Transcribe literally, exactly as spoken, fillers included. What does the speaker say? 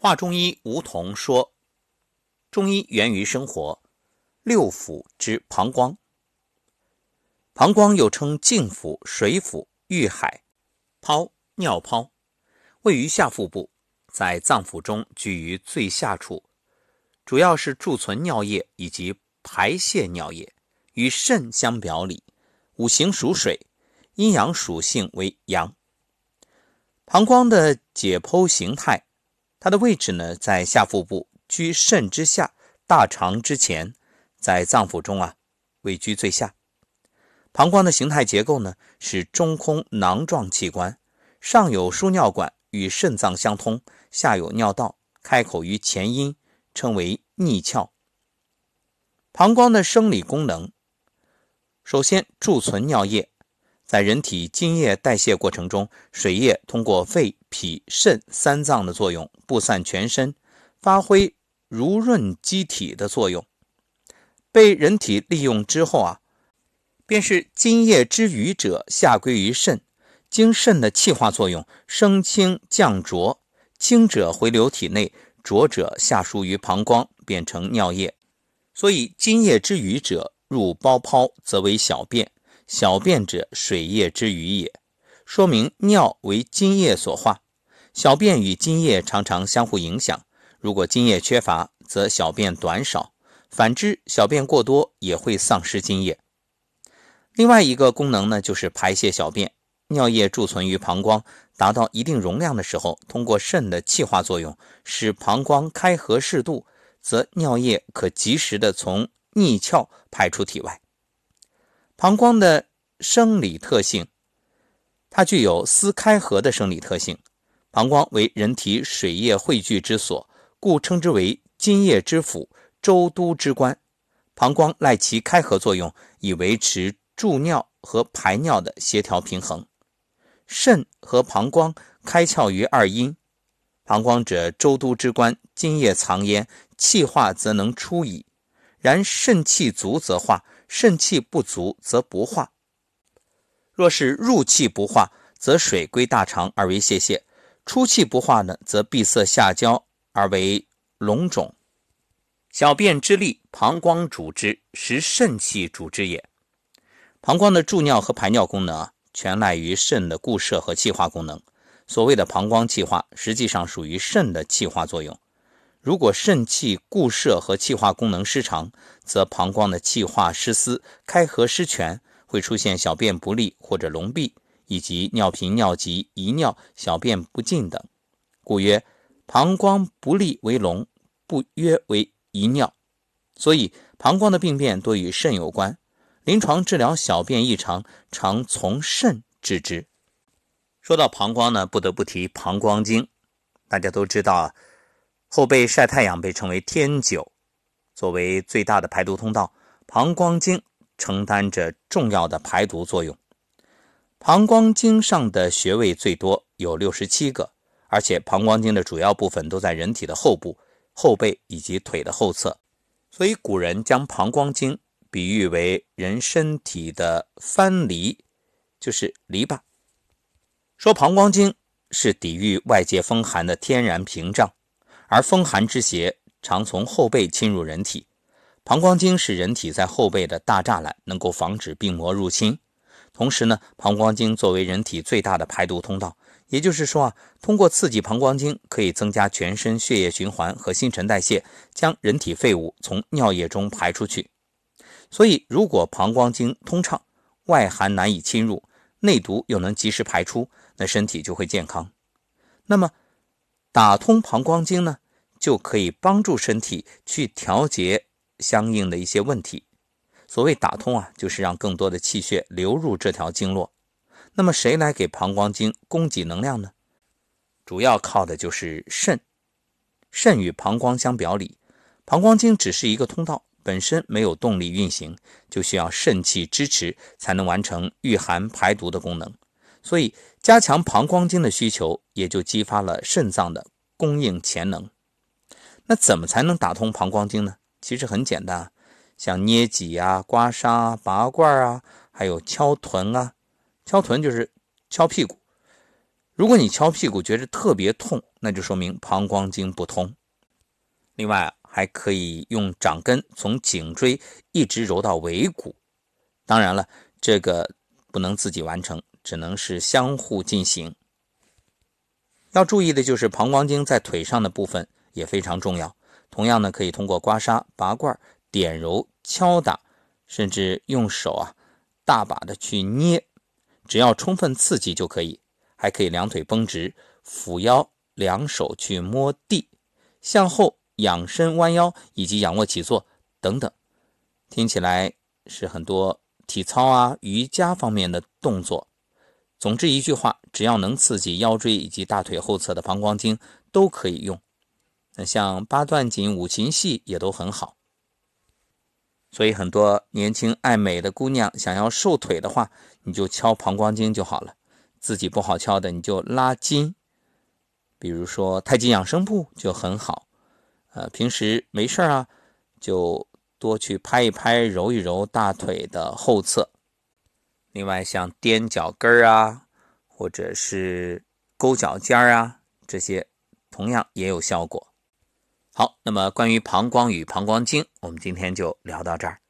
华中医吴桐说，中医源于生活，六腑之膀胱。膀胱又称静腑、水腑、郁海、泡、尿泡，位于下腹部，在脏腑中居于最下处，主要是贮存尿液以及排泄尿液，与肾相表里。五行属水，阴阳属性为阳。膀胱的解剖形态，它的位置呢，在下腹部，居肾之下，大肠之前，在脏腑中啊，位居最下。膀胱的形态结构呢，是中空囊状器官，上有输尿管与肾脏相通，下有尿道，开口于前阴，称为逆窍。膀胱的生理功能，首先贮存尿液，在人体津液代谢过程中，水液通过肺、脾、肾三脏的作用布散全身，发挥濡润机体的作用。被人体利用之后啊，便是津液之余者下归于肾，经肾的气化作用，升清降浊，清者回流体内，浊者下输于膀胱，变成尿液。所以津液之余者入包泡，则为小便，小便者水液之余也，说明尿为津液所化。小便与津液常常相互影响，如果津液缺乏，则小便短少，反之小便过多也会丧失津液。另外一个功能呢，就是排泄小便。尿液贮存于膀胱，达到一定容量的时候，通过肾的气化作用，使膀胱开合适度，则尿液可及时的从逆窍排出体外。膀胱的生理特性，它具有司开合的生理特性。膀胱为人体水液汇聚之所，故称之为津液之府、周都之官。膀胱赖其开合作用，以维持注尿和排尿的协调平衡。肾和膀胱开窍于二阴，膀胱者周都之官，津液藏焉，气化则能出矣。然肾气足则化，肾气不足则不化。若是入气不化，则水归大肠而为泄泻；出气不化呢，则闭塞下焦而为脓肿。小便之力，膀胱主之，实肾气主之也。膀胱的注尿和排尿功能啊，全赖于肾的固摄和气化功能。所谓的膀胱气化，实际上属于肾的气化作用。如果肾气固摄和气化功能失常，则膀胱的气化失司，开合失全，会出现小便不利或者痨闭，以及尿频、尿急、遗尿、小便不尽等。故曰膀胱不利为痨，不约为遗尿。所以膀胱的病变多与肾有关。临床治疗小便异常，常从肾治之。说到膀胱呢，不得不提膀胱经。大家都知道啊，后背晒太阳被称为天灸，作为最大的排毒通道，膀胱经承担着重要的排毒作用。膀胱经上的穴位最多，有六十七个，而且膀胱经的主要部分都在人体的后部、后背以及腿的后侧。所以古人将膀胱经比喻为人身体的藩篱，就是篱笆。说膀胱经是抵御外界风寒的天然屏障，而风寒之邪常从后背侵入人体。膀胱经是人体在后背的大栅栏，能够防止病魔入侵。同时呢，膀胱经作为人体最大的排毒通道，也就是说啊，通过刺激膀胱经，可以增加全身血液循环和新陈代谢，将人体废物从尿液中排出去。所以如果膀胱经通畅，外寒难以侵入，内毒又能及时排出，那身体就会健康。那么打通膀胱经呢，就可以帮助身体去调节相应的一些问题。所谓打通啊，就是让更多的气血流入这条经络。那么谁来给膀胱经供给能量呢？主要靠的就是肾。肾与膀胱相表里，膀胱经只是一个通道，本身没有动力运行，就需要肾气支持，才能完成御寒排毒的功能。所以加强膀胱经的需求，也就激发了肾脏的供应潜能。那怎么才能打通膀胱经呢？其实很简单啊，像捏脊啊、刮痧啊、拔罐啊，还有敲臀啊。敲臀就是敲屁股。 如果你敲屁股觉得特别痛，那就说明膀胱经不通。另外还可以用掌根从颈椎一直揉到尾骨，当然了，这个不能自己完成，只能是相互进行。要注意的就是膀胱经在腿上的部分也非常重要，同样呢，可以通过刮痧、拔罐、点揉、敲打，甚至用手啊大把的去捏，只要充分刺激就可以。还可以两腿绷直，俯腰，两手去摸地，向后仰身弯腰，以及仰卧起坐等等。听起来是很多体操啊、瑜伽方面的动作。总之一句话，只要能刺激腰椎以及大腿后侧的膀胱经都可以用。那像八段锦、五禽戏也都很好。所以很多年轻爱美的姑娘想要瘦腿的话，你就敲膀胱经就好了。自己不好敲的你就拉筋，比如说太极养生步就很好。呃，平时没事啊，就多去拍一拍、揉一揉大腿的后侧。另外像踮脚跟啊，或者是勾脚尖啊，这些同样也有效果。好，那么关于膀胱与膀胱经，我们今天就聊到这儿。